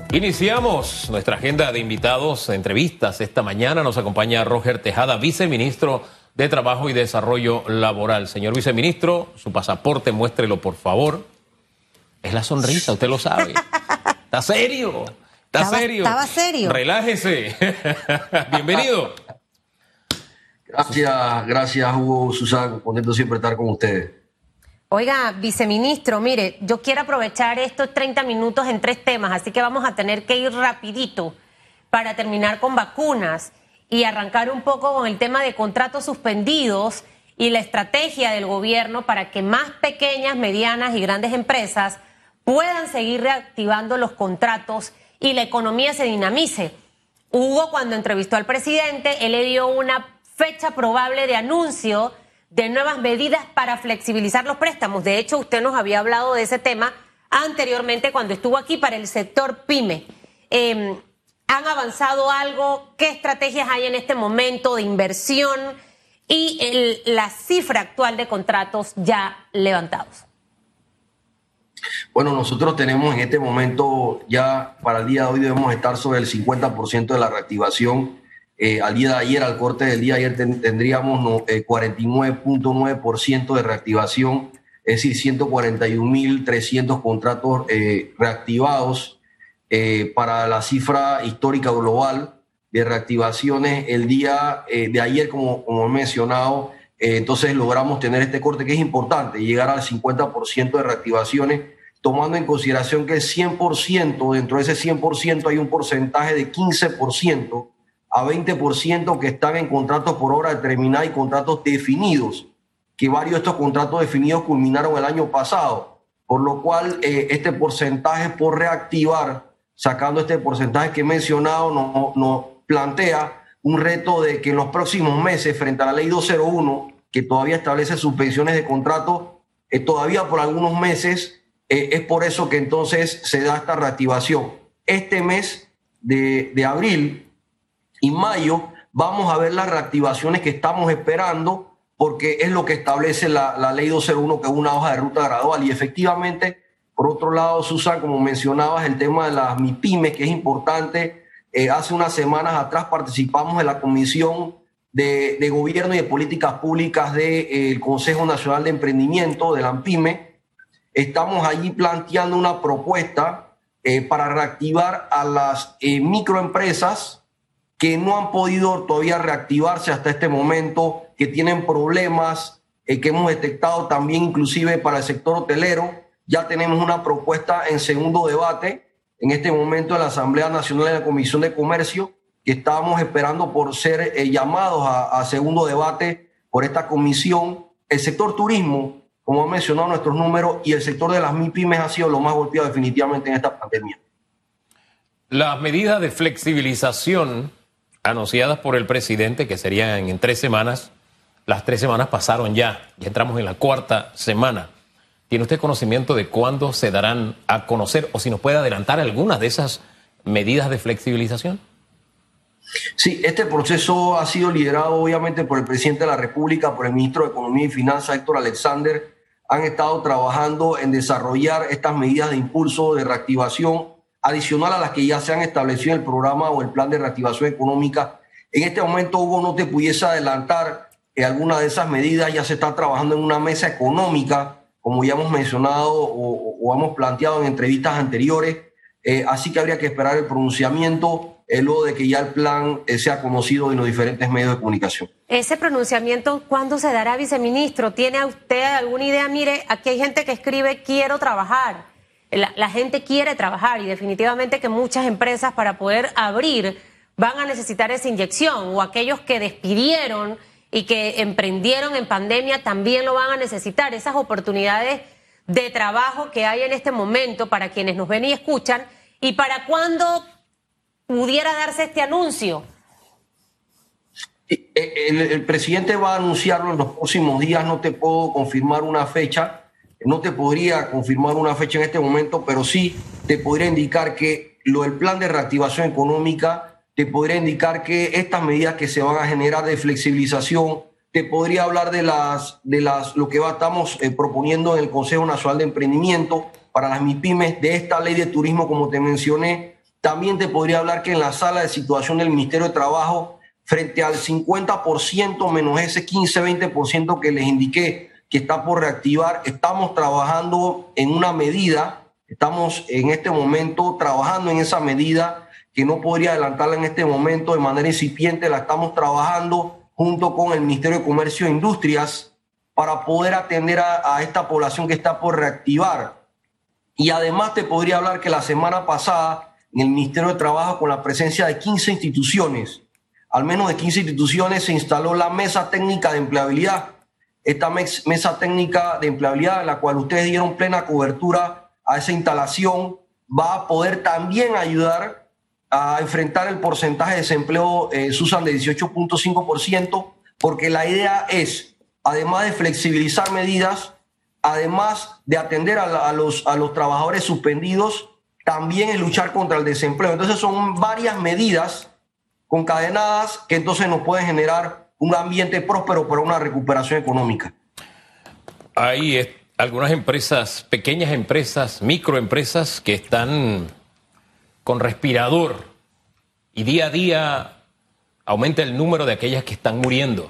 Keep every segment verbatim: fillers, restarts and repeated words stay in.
Iniciamos nuestra agenda de invitados, entrevistas. Esta mañana nos acompaña Roger Tejada, viceministro de Trabajo y Desarrollo Laboral. Señor viceministro, su pasaporte, muéstrelo, por favor. Es la sonrisa, usted lo sabe. Está serio, está estaba, serio. Estaba serio. Relájese. Bienvenido. Gracias, gracias Hugo, Susana, contento siempre estar con ustedes. Oiga, viceministro, mire, yo quiero aprovechar estos treinta minutos en tres temas, así que vamos a tener que ir rapidito para terminar con vacunas y arrancar un poco con el tema de contratos suspendidos y la estrategia del gobierno para que más pequeñas, medianas y grandes empresas puedan seguir reactivando los contratos y la economía se dinamice. Hugo, cuando entrevistó al presidente, él le dio una fecha probable de anuncio de nuevas medidas para flexibilizar los préstamos. De hecho, usted nos había hablado de ese tema anteriormente cuando estuvo aquí para el sector PYME. Eh, ¿Han avanzado algo? ¿Qué estrategias hay en este momento de inversión y el, la cifra actual de contratos ya levantados? Bueno, nosotros tenemos en este momento, ya para el día de hoy debemos estar sobre el cincuenta por ciento de la reactivación. Eh, al día de ayer, al corte del día de ayer, ten, tendríamos no, eh, cuarenta y nueve punto nueve por ciento de reactivación, es decir, ciento cuarenta y un mil trescientos contratos eh, reactivados eh, para la cifra histórica global de reactivaciones. El día eh, de ayer, como, como he mencionado, eh, entonces logramos tener este corte que es importante, llegar al cincuenta por ciento de reactivaciones, tomando en consideración que el cien por ciento, dentro de ese cien por ciento hay un porcentaje de quince por ciento a veinte por ciento que están en contratos por hora determinada y contratos definidos, que varios de estos contratos definidos culminaron el año pasado, por lo cual eh, este porcentaje por reactivar, sacando este porcentaje que he mencionado, nos no plantea un reto de que en los próximos meses, frente a la ley doscientos uno, que todavía establece suspensiones de contrato, eh, todavía por algunos meses, eh, es por eso que entonces se da esta reactivación. Este mes de, de abril y mayo vamos a ver las reactivaciones que estamos esperando, porque es lo que establece la, la ley doscientos uno, que es una hoja de ruta gradual. Y efectivamente, por otro lado, Susan, como mencionabas, el tema de las MIPYMES, que es importante. Eh, hace unas semanas atrás participamos en la Comisión de, de Gobierno y de Políticas Públicas del eh, Consejo Nacional de Emprendimiento, de la ANPYME. Estamos allí planteando una propuesta eh, para reactivar a las eh, microempresas que no han podido todavía reactivarse hasta este momento, que tienen problemas, eh, que hemos detectado también inclusive para el sector hotelero. Ya tenemos una propuesta en segundo debate en este momento en la Asamblea Nacional de la Comisión de Comercio, que estábamos esperando por ser eh, llamados a, a segundo debate por esta comisión. El sector turismo, como han mencionado nuestros números, y el sector de las MIPYMES ha sido lo más golpeado definitivamente en esta pandemia. Las medidas de flexibilización anunciadas por el presidente, que serían en tres semanas, las tres semanas pasaron ya, ya entramos en la cuarta semana. ¿Tiene usted conocimiento de cuándo se darán a conocer o si nos puede adelantar algunas de esas medidas de flexibilización? Sí, este proceso ha sido liderado obviamente por el presidente de la República, por el ministro de Economía y Finanzas, Héctor Alexander. Han estado trabajando en desarrollar estas medidas de impulso, de reactivación, adicional a las que ya se han establecido en el programa o el plan de reactivación económica. En este momento, Hugo, no te pudiese adelantar eh, alguna de esas medidas. Ya se está trabajando en una mesa económica, como ya hemos mencionado o, o hemos planteado en entrevistas anteriores. Eh, así que habría que esperar el pronunciamiento eh, luego de que ya el plan eh, sea conocido en los diferentes medios de comunicación. Ese pronunciamiento, ¿cuándo se dará, viceministro? ¿Tiene usted alguna idea? Mire, aquí hay gente que escribe quiero trabajar. La, la gente quiere trabajar y definitivamente que muchas empresas para poder abrir van a necesitar esa inyección, o aquellos que despidieron y que emprendieron en pandemia también lo van a necesitar. Esas oportunidades de trabajo que hay en este momento para quienes nos ven y escuchan. ¿Y para cuándo pudiera darse este anuncio? El, el presidente va a anunciarlo en los próximos días. No te puedo confirmar una fecha. No te podría confirmar una fecha en este momento, pero sí te podría indicar que lo del plan de reactivación económica, te podría indicar que estas medidas que se van a generar de flexibilización, te podría hablar de las de las lo que va, estamos eh, proponiendo en el Consejo Nacional de Emprendimiento para las MIPYMES, de esta ley de turismo, como te mencioné, También te podría hablar que en la sala de situación del Ministerio de Trabajo, frente al cincuenta por ciento menos ese quince, veinte por ciento que les indiqué que está por reactivar, estamos trabajando en una medida, estamos en este momento trabajando en esa medida que no podría adelantarla en este momento de manera incipiente, la estamos trabajando junto con el Ministerio de Comercio e Industrias para poder atender a, a esta población que está por reactivar. Y además te podría hablar que la semana pasada en el Ministerio de Trabajo, con la presencia de quince instituciones, al menos de quince instituciones, se instaló la Mesa Técnica de Empleabilidad. Esta mesa técnica de empleabilidad, en la cual ustedes dieron plena cobertura a esa instalación, va a poder también ayudar a enfrentar el porcentaje de desempleo, eh, Susan, de dieciocho punto cinco por ciento, porque la idea es, además de flexibilizar medidas, además de atender a, la, a, los, a los trabajadores suspendidos, también es luchar contra el desempleo. Entonces son varias medidas concadenadas que entonces nos pueden generar un ambiente próspero para una recuperación económica. Hay eh, algunas empresas, pequeñas empresas, microempresas que están con respirador y día a día aumenta el número de aquellas que están muriendo.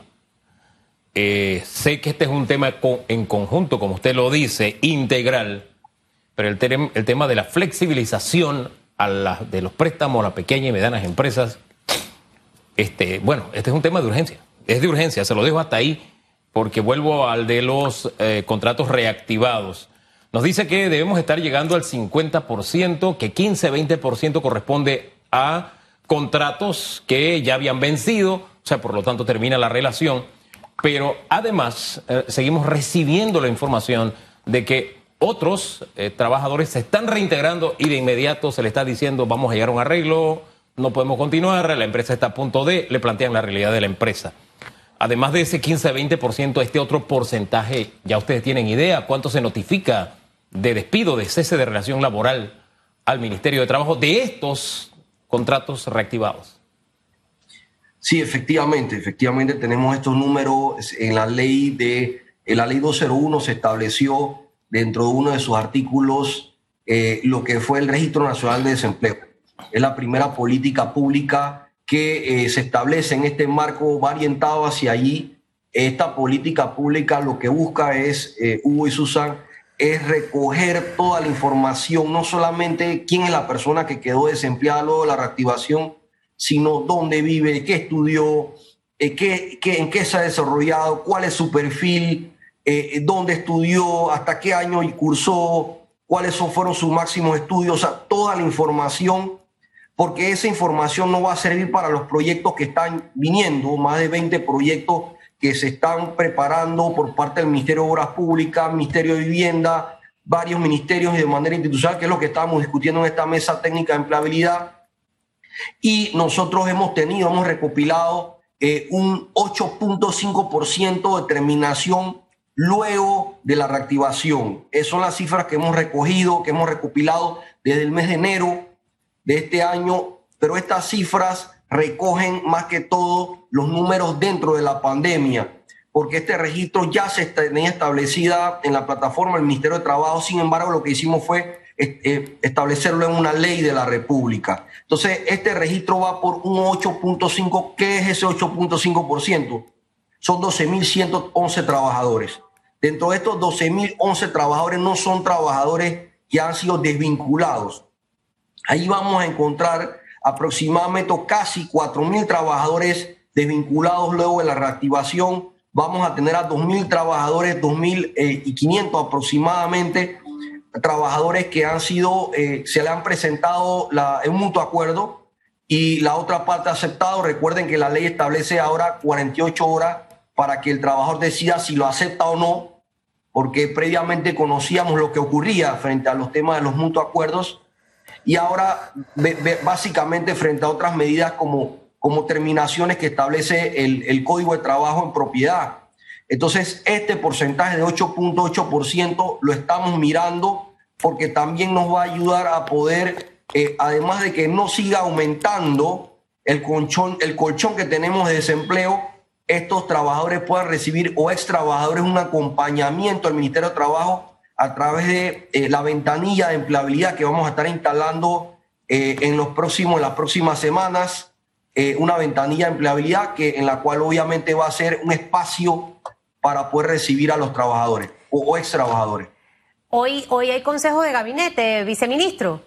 Eh, sé que este es un tema en conjunto, como usted lo dice, integral, pero el, te el tema de la flexibilización a la, de los préstamos a las pequeñas y medianas empresas, este, bueno, este es un tema de urgencia. Es de urgencia, se lo dejo hasta ahí, porque vuelvo al de los eh, contratos reactivados. Nos dice que debemos estar llegando al cincuenta por ciento, que quince, veinte por ciento corresponde a contratos que ya habían vencido, o sea, por lo tanto termina la relación. Pero además eh, seguimos recibiendo la información de que otros eh, trabajadores se están reintegrando y de inmediato se le está diciendo vamos a llegar a un arreglo, no podemos continuar, la empresa está a punto de, le plantean la realidad de la empresa. Además de ese quince a veinte por ciento, este otro porcentaje, ya ustedes tienen idea cuánto se notifica de despido, de cese de relación laboral al Ministerio de Trabajo de estos contratos reactivados. Sí, efectivamente, efectivamente tenemos estos números en la ley de, en la ley doscientos uno se estableció dentro de uno de sus artículos eh, lo que fue el Registro Nacional de Desempleo. Es la primera política pública que eh, se establece en este marco, va orientado hacia allí. Esta política pública lo que busca es, eh, Hugo y Susan, es recoger toda la información, no solamente quién es la persona que quedó desempleada luego de la reactivación, sino dónde vive, qué estudió, eh, qué, qué, en qué se ha desarrollado, cuál es su perfil, eh, dónde estudió, hasta qué año cursó, cuáles son, fueron sus máximos estudios, o sea, toda la información, porque esa información no va a servir para los proyectos que están viniendo, más de veinte proyectos que se están preparando por parte del Ministerio de Obras Públicas, Ministerio de Vivienda, varios ministerios y de manera institucional, que es lo que estábamos discutiendo en esta mesa técnica de empleabilidad. Y nosotros hemos tenido, hemos recopilado eh, un ocho punto cinco por ciento de terminación luego de la reactivación. Esas son las cifras que hemos recogido, que hemos recopilado desde el mes de enero de este año, pero estas cifras recogen más que todo los números dentro de la pandemia, porque este registro ya se tenía establecida en la plataforma del Ministerio de Trabajo. Sin embargo, lo que hicimos fue establecerlo en una ley de la República. Entonces, este registro va por un ocho punto cinco. ¿Qué es ese ocho punto cinco por ciento? Son doce mil ciento once trabajadores. Dentro de estos doce mil once trabajadores no son trabajadores que han sido desvinculados. Ahí vamos a encontrar aproximadamente casi cuatro mil trabajadores desvinculados luego de la reactivación. Vamos a tener a dos mil trabajadores, dos mil quinientos aproximadamente, trabajadores que han sido, eh, se le han presentado la, un mutuo acuerdo y la otra parte ha aceptado. Recuerden que la ley establece ahora cuarenta y ocho horas para que el trabajador decida si lo acepta o no, porque previamente conocíamos lo que ocurría frente a los temas de los mutuos acuerdos y ahora básicamente frente a otras medidas como, como terminaciones que establece el, el Código de Trabajo en propiedad. Entonces, este porcentaje de ocho punto ocho por ciento lo estamos mirando porque también nos va a ayudar a poder, eh, además de que no siga aumentando el colchón, el colchón que tenemos de desempleo, estos trabajadores puedan recibir, o ex trabajadores, un acompañamiento del Ministerio de Trabajo a través de eh, la ventanilla de empleabilidad que vamos a estar instalando eh, en, los próximos, en las próximas semanas eh, una ventanilla de empleabilidad que, en la cual obviamente va a ser un espacio para poder recibir a los trabajadores o, o ex trabajadores. Hoy, hoy hay consejo de gabinete, viceministro.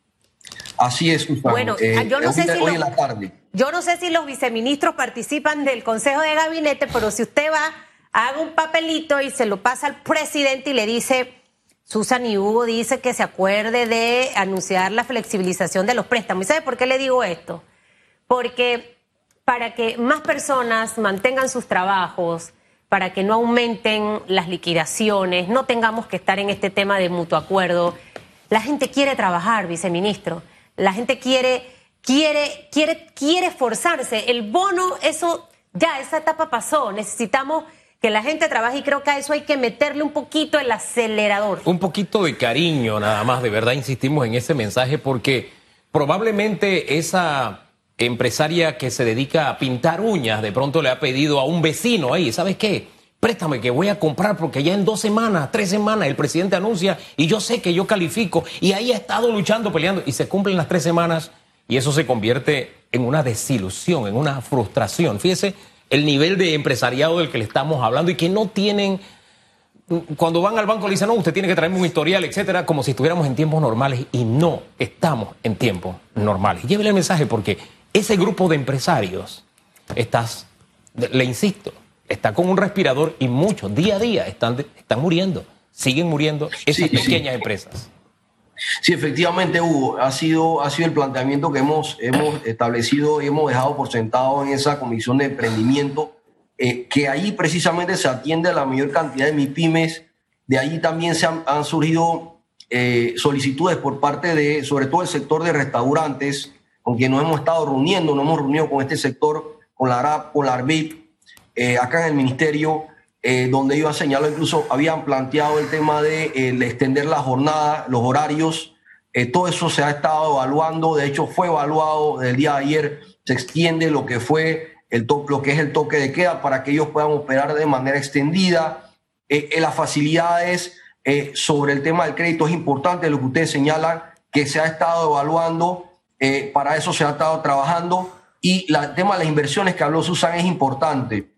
Así es, Susana. Bueno, eh, yo no sé hoy, si hoy los, en la tarde. Yo no sé si los viceministros participan del consejo de gabinete, pero si usted va, haga un papelito y se lo pasa al presidente y le dice, Susan y Hugo dice que se acuerde de anunciar la flexibilización de los préstamos. ¿Y sabe por qué le digo esto? Porque para que más personas mantengan sus trabajos, para que no aumenten las liquidaciones, no tengamos que estar en este tema de mutuo acuerdo. La gente quiere trabajar, viceministro. La gente quiere, quiere, quiere, quiere esforzarse. El bono, eso ya, esa etapa pasó. Necesitamos que la gente trabaje y creo que a eso hay que meterle un poquito el acelerador. Un poquito de cariño, nada más. De verdad insistimos en ese mensaje porque probablemente esa empresaria que se dedica a pintar uñas de pronto le ha pedido a un vecino ahí, ¿sabes qué? Préstame que voy a comprar porque ya en dos semanas, tres semanas el presidente anuncia y yo sé que yo califico y ahí ha estado luchando, peleando y se cumplen las tres semanas y eso se convierte en una desilusión, en una frustración. Fíjese el nivel de empresariado del que le estamos hablando y que no tienen, cuando van al banco le dicen, no, usted tiene que traerme un historial, etcétera, como si estuviéramos en tiempos normales y no estamos en tiempos normales. Llévele el mensaje porque ese grupo de empresarios, estás, le insisto, está con un respirador y muchos día a día están, están muriendo, siguen muriendo esas sí, pequeñas sí. empresas. Sí, efectivamente, Hugo, ha sido, ha sido el planteamiento que hemos, hemos establecido y hemos dejado por sentado en esa comisión de emprendimiento, eh, que ahí precisamente se atiende a la mayor cantidad de MIPYMES, de ahí también se han, han surgido eh, solicitudes por parte de, sobre todo el sector de restaurantes, con quien nos hemos estado reuniendo, nos hemos reunido con este sector, con la ARAP, con la ARBIP, eh, acá en el ministerio, eh, donde ellos han señalado, incluso habían planteado el tema de, eh, de extender la jornada, los horarios, eh, todo eso se ha estado evaluando, de hecho fue evaluado el día de ayer, se extiende lo que fue el to- lo que es el toque de queda para que ellos puedan operar de manera extendida, eh, eh, las facilidades eh, sobre el tema del crédito es importante, lo que ustedes señalan, que se ha estado evaluando. Eh, para eso se ha estado trabajando y la, el tema de las inversiones que habló Susan es importante.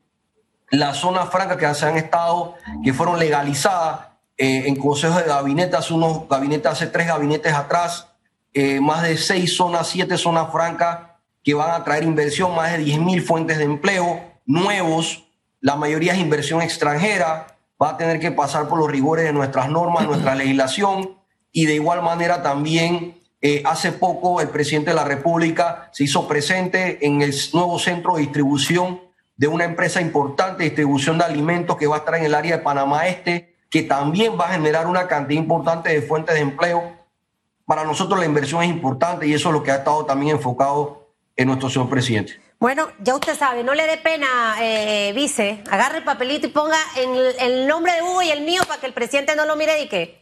Las zonas francas que se han estado, que fueron legalizadas eh, en consejos de gabinete, hace unos gabinetes, hace tres gabinetes atrás, eh, más de seis zonas, siete zonas francas que van a traer inversión, más de diez mil fuentes de empleo nuevos, la mayoría es inversión extranjera, va a tener que pasar por los rigores de nuestras normas, nuestra legislación y de igual manera también Eh, hace poco el presidente de la República se hizo presente en el nuevo centro de distribución de una empresa importante de distribución de alimentos que va a estar en el área de Panamá Este, que también va a generar una cantidad importante de fuentes de empleo. Para nosotros la inversión es importante y eso es lo que ha estado también enfocado en nuestro señor presidente. Bueno, ya usted sabe, no le dé pena, eh, vice, agarre el papelito y ponga en el, el nombre de Hugo y el mío para que el presidente no lo mire y que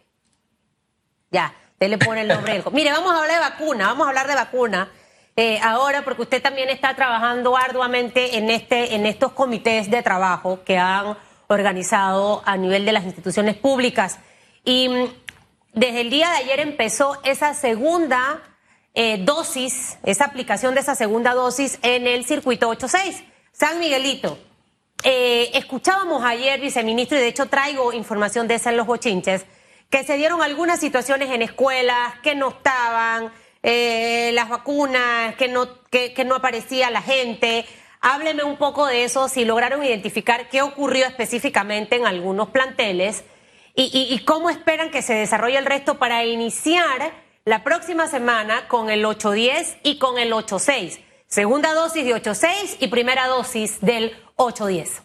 ya. Usted le pone el nombre del... Mire, vamos a hablar de vacuna, vamos a hablar de vacuna eh, ahora porque usted también está trabajando arduamente en, este, en estos comités de trabajo que han organizado a nivel de las instituciones públicas. Y desde el día de ayer empezó esa segunda eh, dosis, esa aplicación de esa segunda dosis en el circuito ocho seis, San Miguelito. Eh, escuchábamos ayer, viceministro, y de hecho traigo información de esa en los bochinches, que se dieron algunas situaciones en escuelas, que no estaban, eh, las vacunas, que no, que, que no aparecía la gente. Hábleme un poco de eso, si lograron identificar qué ocurrió específicamente en algunos planteles y, y, y cómo esperan que se desarrolle el resto para iniciar la próxima semana con el ocho diez y con el ocho seis. Segunda dosis de ocho seis y primera dosis del ocho diez.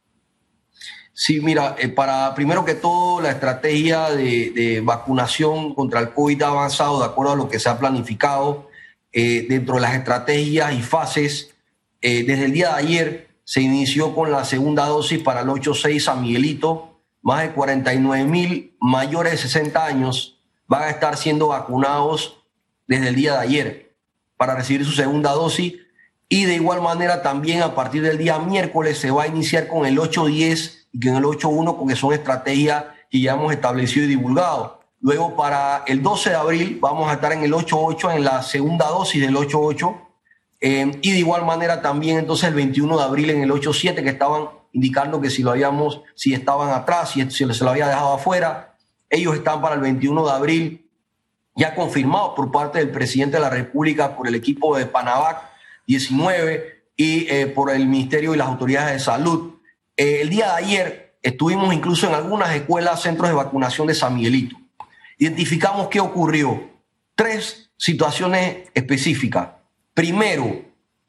Sí, mira, eh, para primero que todo la estrategia de, de vacunación contra el COVID ha avanzado de acuerdo a lo que se ha planificado eh, dentro de las estrategias y fases. Eh, desde el día de ayer se inició con la segunda dosis para el ocho seis San Miguelito. Más de cuarenta y nueve mil mayores de sesenta años van a estar siendo vacunados desde el día de ayer para recibir su segunda dosis. Y de igual manera también a partir del día miércoles se va a iniciar con el ocho diez y con el ocho uno, porque son estrategias que ya hemos establecido y divulgado. Luego para el doce de abril vamos a estar en el ocho ocho, en la segunda dosis del ocho ocho. Eh, y de igual manera también entonces el veintiuno de abril en el ocho siete, que estaban indicando que si lo habíamos, si estaban atrás, si, si se lo había dejado afuera. Ellos están para el veintiuno de abril ya confirmados por parte del presidente de la República, por el equipo de Panavac diecinueve y eh, por el Ministerio y las autoridades de salud. Eh, el día de ayer estuvimos incluso en algunas escuelas, centros de vacunación de San Miguelito. Identificamos qué ocurrió. Tres situaciones específicas. Primero,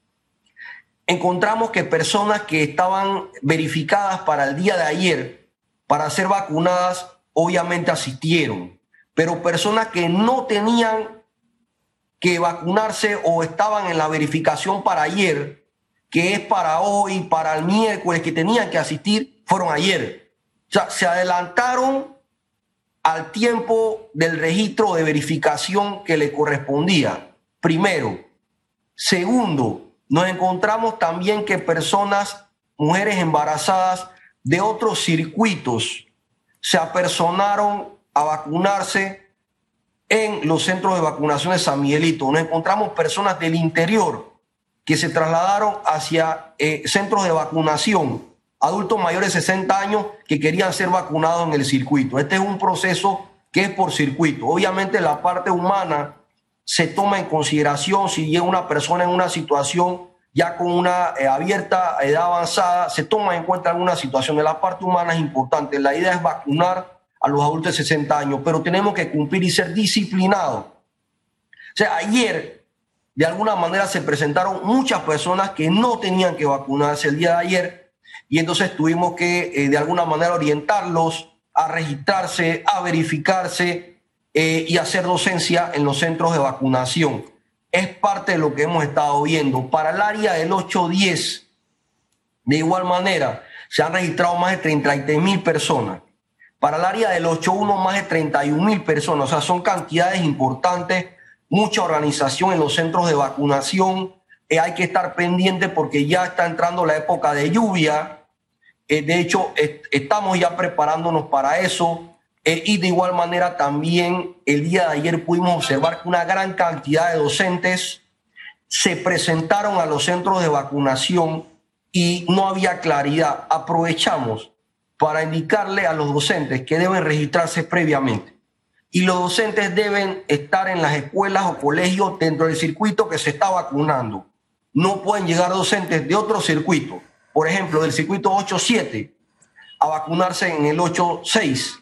encontramos que personas que estaban verificadas para el día de ayer para ser vacunadas, obviamente asistieron, pero personas que no tenían que vacunarse o estaban en la verificación para ayer, que es para hoy, para el miércoles, que tenían que asistir, fueron ayer. O sea, se adelantaron al tiempo del registro de verificación que le correspondía. Primero. Segundo, nos encontramos también que personas, mujeres embarazadas de otros circuitos, se apersonaron a vacunarse en los centros de vacunación de San Miguelito. Nos encontramos personas del interior que se trasladaron hacia eh, centros de vacunación, adultos mayores de sesenta años que querían ser vacunados en el circuito. Este es un proceso que es por circuito. Obviamente la parte humana se toma en consideración si llega una persona en una situación ya con una eh, abierta edad avanzada, se toma en cuenta alguna situación. De la parte humana es importante. La idea es vacunar a los adultos de sesenta años, pero tenemos que cumplir y ser disciplinados. O sea, ayer de alguna manera se presentaron muchas personas que no tenían que vacunarse el día de ayer y entonces tuvimos que eh, de alguna manera orientarlos a registrarse, a verificarse, Eh, y hacer docencia en los centros de vacunación. Es parte de lo que hemos estado viendo. Para el área del ocho diez, de igual manera, se han registrado más de treinta y tres mil personas. Para el área del ocho uno, más de treinta y una mil personas. O sea, son cantidades importantes, mucha organización en los centros de vacunación. Eh, hay que estar pendiente porque ya está entrando la época de lluvia. Eh, de hecho, est- estamos ya preparándonos para eso. Eh, y de igual manera también el día de ayer pudimos observar que una gran cantidad de docentes se presentaron a los centros de vacunación y no había claridad. Aprovechamos para indicarle a los docentes que deben registrarse previamente. Y los docentes deben estar en las escuelas o colegios dentro del circuito que se está vacunando. No pueden llegar docentes de otro circuito, por ejemplo, del circuito ocho siete, a vacunarse en el ocho seis.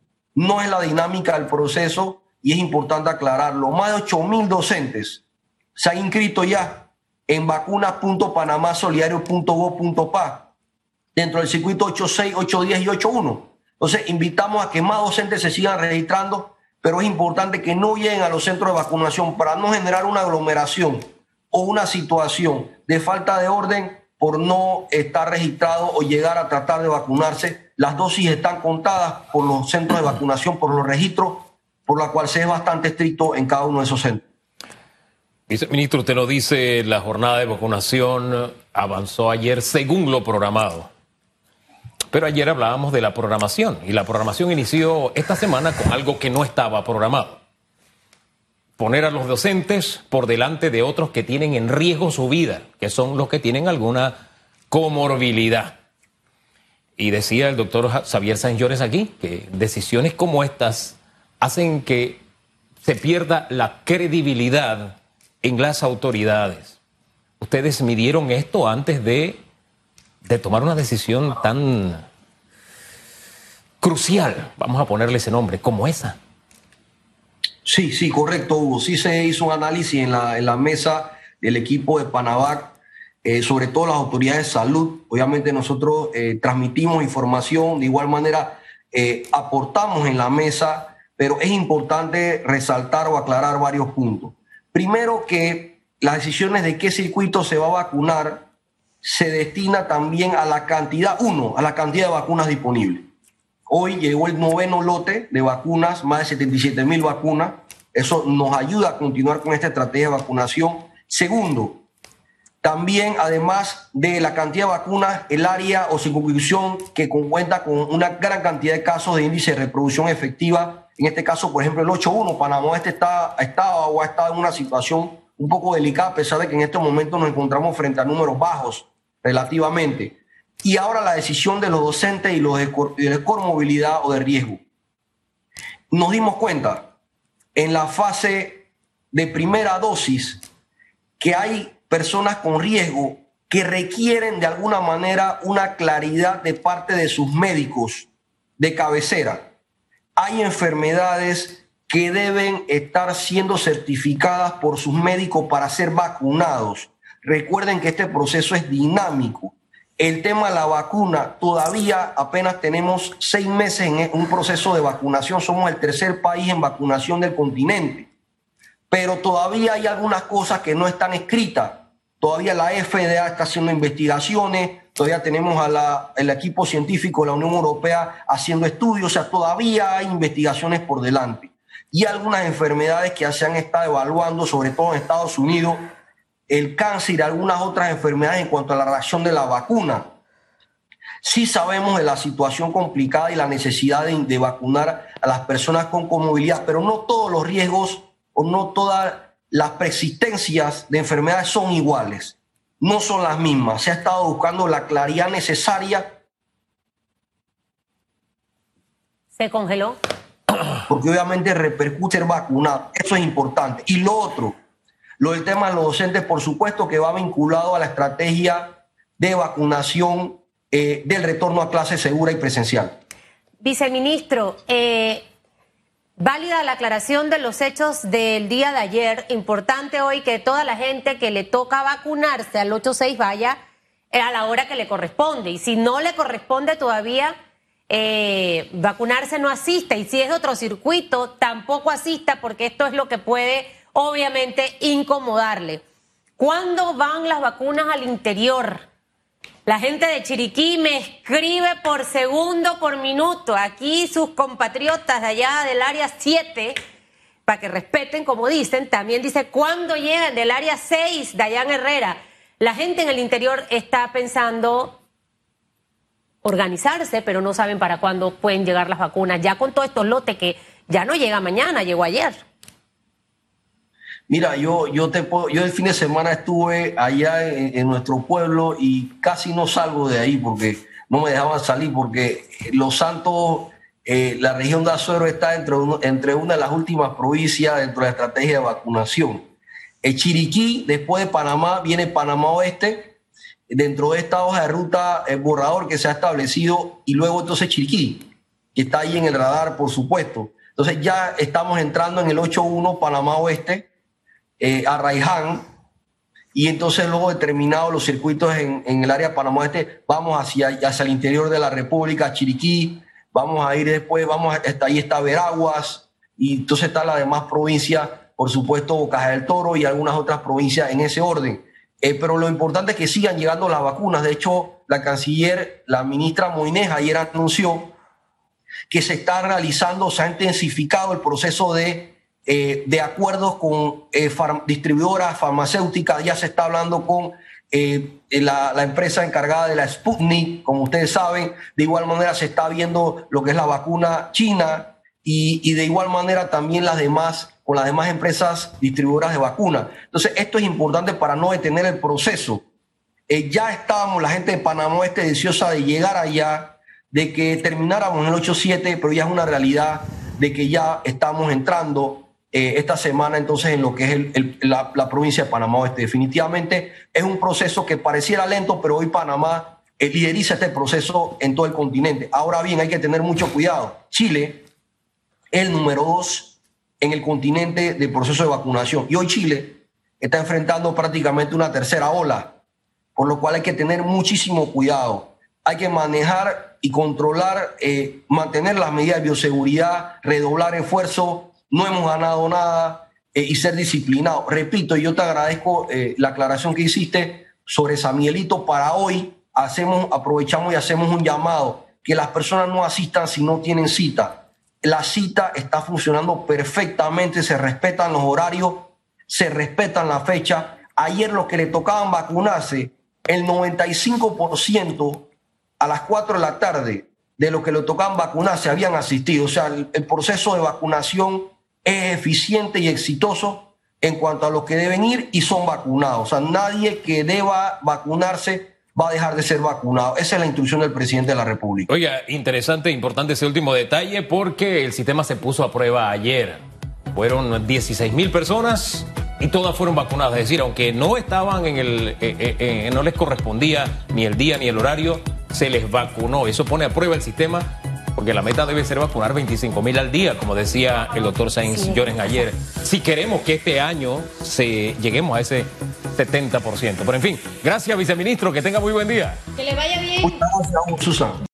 No es la dinámica del proceso y es importante aclararlo. Más de ocho mil docentes se han inscrito ya en vacunas punto panamá solidario punto gob punto pa dentro del circuito ocho seis, ocho diez y ocho uno. Entonces, invitamos a que más docentes se sigan registrando, pero es importante que no lleguen a los centros de vacunación para no generar una aglomeración o una situación de falta de orden por no estar registrado o llegar a tratar de vacunarse. Las dosis están contadas por los centros de vacunación, por los registros, por la cual se es bastante estricto en cada uno de esos centros. Viceministro, usted lo dice, la jornada de vacunación avanzó ayer según lo programado. Pero ayer hablábamos de la programación y la programación inició esta semana con algo que no estaba programado. Poner a los docentes por delante de otros que tienen en riesgo su vida, que son los que tienen alguna comorbilidad. Y decía el doctor Xavier Sáenz Llores aquí que decisiones como estas hacen que se pierda la credibilidad en las autoridades. ¿Ustedes midieron esto antes de, de tomar una decisión tan crucial, vamos a ponerle ese nombre, como esa? Sí, sí, correcto, Hugo. Sí se hizo un análisis en la, en la mesa del equipo de Panavac, eh, sobre todo las autoridades de salud. Obviamente nosotros eh, transmitimos información, de igual manera eh, aportamos en la mesa, pero es importante resaltar o aclarar varios puntos. Primero, que las decisiones de qué circuito se va a vacunar se destina también a la cantidad, uno, a la cantidad de vacunas disponibles. Hoy llegó el noveno lote de vacunas, más de setenta y siete mil vacunas. Eso nos ayuda a continuar con esta estrategia de vacunación. Segundo, también además de la cantidad de vacunas, el área o circunscripción que cuenta con una gran cantidad de casos de índice de reproducción efectiva En este caso, por ejemplo, el ocho uno, Panamá Oeste está, estaba o ha estado en una situación un poco delicada, a pesar de que en este momento nos encontramos frente a números bajos relativamente. Y ahora la decisión de los docentes y los de, de movilidad o de riesgo. Nos dimos cuenta en la fase de primera dosis que hay personas con riesgo que requieren de alguna manera una claridad de parte de sus médicos de cabecera. Hay enfermedades que deben estar siendo certificadas por sus médicos para ser vacunados. Recuerden que este proceso es dinámico. El tema de la vacuna, todavía apenas tenemos seis meses en un proceso de vacunación. Somos el tercer país en vacunación del continente. Pero todavía hay algunas cosas que no están escritas. Todavía la F D A está haciendo investigaciones, todavía tenemos al equipo científico de la Unión Europea haciendo estudios, o sea, todavía hay investigaciones por delante. Y algunas enfermedades que ya se han estado evaluando, sobre todo en Estados Unidos, el cáncer y algunas otras enfermedades en cuanto a la reacción de la vacuna. Sí sabemos de la situación complicada y la necesidad de, de vacunar a las personas con comorbilidad, pero no todos los riesgos o no todas las persistencias de enfermedades son iguales, no son las mismas. Se ha estado buscando la claridad necesaria. Se congeló. Porque obviamente repercute ser vacunado. Eso es importante. Y lo otro, lo del tema de los docentes, por supuesto que va vinculado a la estrategia de vacunación eh, del retorno a clase segura y presencial. Viceministro, eh, válida la aclaración de los hechos del día de ayer. Importante hoy que toda la gente que le toca vacunarse al ocho seis vaya a la hora que le corresponde. Y si no le corresponde todavía eh, vacunarse, no asista. Y si es de otro circuito, tampoco asista, porque esto es lo que puede, obviamente, incomodarle. ¿Cuándo van las vacunas al interior? La gente de Chiriquí me escribe por segundo, por minuto. Aquí sus compatriotas de allá del área siete, para que respeten, como dicen, también dice, ¿cuándo llegan del área seis de allá en Herrera? La gente en el interior está pensando organizarse, pero no saben para cuándo pueden llegar las vacunas. Ya con todos estos lotes que ya no llega mañana, llegó ayer. Mira, yo, yo, te puedo, yo el fin de semana estuve allá en, en nuestro pueblo y casi no salgo de ahí porque no me dejaban salir, porque Los Santos, eh, la región de Azuero está entre, uno, entre una de las últimas provincias dentro de la estrategia de vacunación. El Chiriquí, después de Panamá, viene Panamá Oeste, dentro de esta hoja de ruta, el borrador que se ha establecido, y luego entonces Chiriquí, que está ahí en el radar, por supuesto. Entonces ya estamos entrando en el ocho uno Panamá Oeste, Eh, a Raiján, y entonces luego determinados los circuitos en, en el área de Panamá Este, vamos hacia, hacia el interior de la República, Chiriquí, vamos a ir después, vamos a, hasta ahí está Veraguas, y entonces está la demás provincias, por supuesto Bocas del Toro y algunas otras provincias en ese orden. Eh, pero lo importante es que sigan llegando las vacunas. De hecho, la canciller, la ministra Moines, ayer anunció que se está realizando, se ha intensificado el proceso de Eh, de acuerdos con eh, farm, distribuidoras farmacéuticas. Ya se está hablando con eh, la, la empresa encargada de la Sputnik, como ustedes saben. De igual manera se está viendo lo que es la vacuna china y, y de igual manera también las demás, con las demás empresas distribuidoras de vacunas. Entonces esto es importante para no detener el proceso. Eh, ya estábamos, la gente de Panamá Oeste, deseosa de llegar allá, de que termináramos en el ocho siete, pero ya es una realidad de que ya estamos entrando Eh, esta semana entonces en lo que es el, el, la, la provincia de Panamá Oeste. Definitivamente es un proceso que pareciera lento, pero hoy Panamá eh, lideriza este proceso en todo el continente. Ahora bien, hay que tener mucho cuidado. Chile es el número dos en el continente del proceso de vacunación y hoy Chile está enfrentando prácticamente una tercera ola, por lo cual hay que tener muchísimo cuidado. Hay que manejar y controlar, eh, mantener las medidas de bioseguridad, redoblar esfuerzos. No hemos ganado nada eh, y ser disciplinados. Repito, yo te agradezco eh, la aclaración que hiciste sobre San Miguelito. Para hoy hacemos, aprovechamos y hacemos un llamado, que las personas no asistan si no tienen cita. La cita está funcionando perfectamente, se respetan los horarios, se respetan la fecha. Ayer los que le tocaban vacunarse, el noventa y cinco por ciento a las cuatro de la tarde de los que le tocaban vacunar se habían asistido. O sea, el, el proceso de vacunación es eficiente y exitoso en cuanto a los que deben ir y son vacunados. O sea, nadie que deba vacunarse va a dejar de ser vacunado. Esa es la instrucción del presidente de la República. Oiga, interesante, importante ese último detalle porque el sistema se puso a prueba ayer. Fueron dieciséis mil personas y todas fueron vacunadas. Es decir, aunque no estaban en el, eh, eh, eh, no les correspondía ni el día ni el horario, se les vacunó. Eso pone a prueba el sistema porque la meta debe ser vacunar veinticinco mil al día, como decía el doctor Sainz sí. Llorens ayer. Si queremos que este año se lleguemos a ese setenta por ciento. Pero en fin, gracias, viceministro, que tenga muy buen día. Que le vaya bien. Muchas gracias, Susan.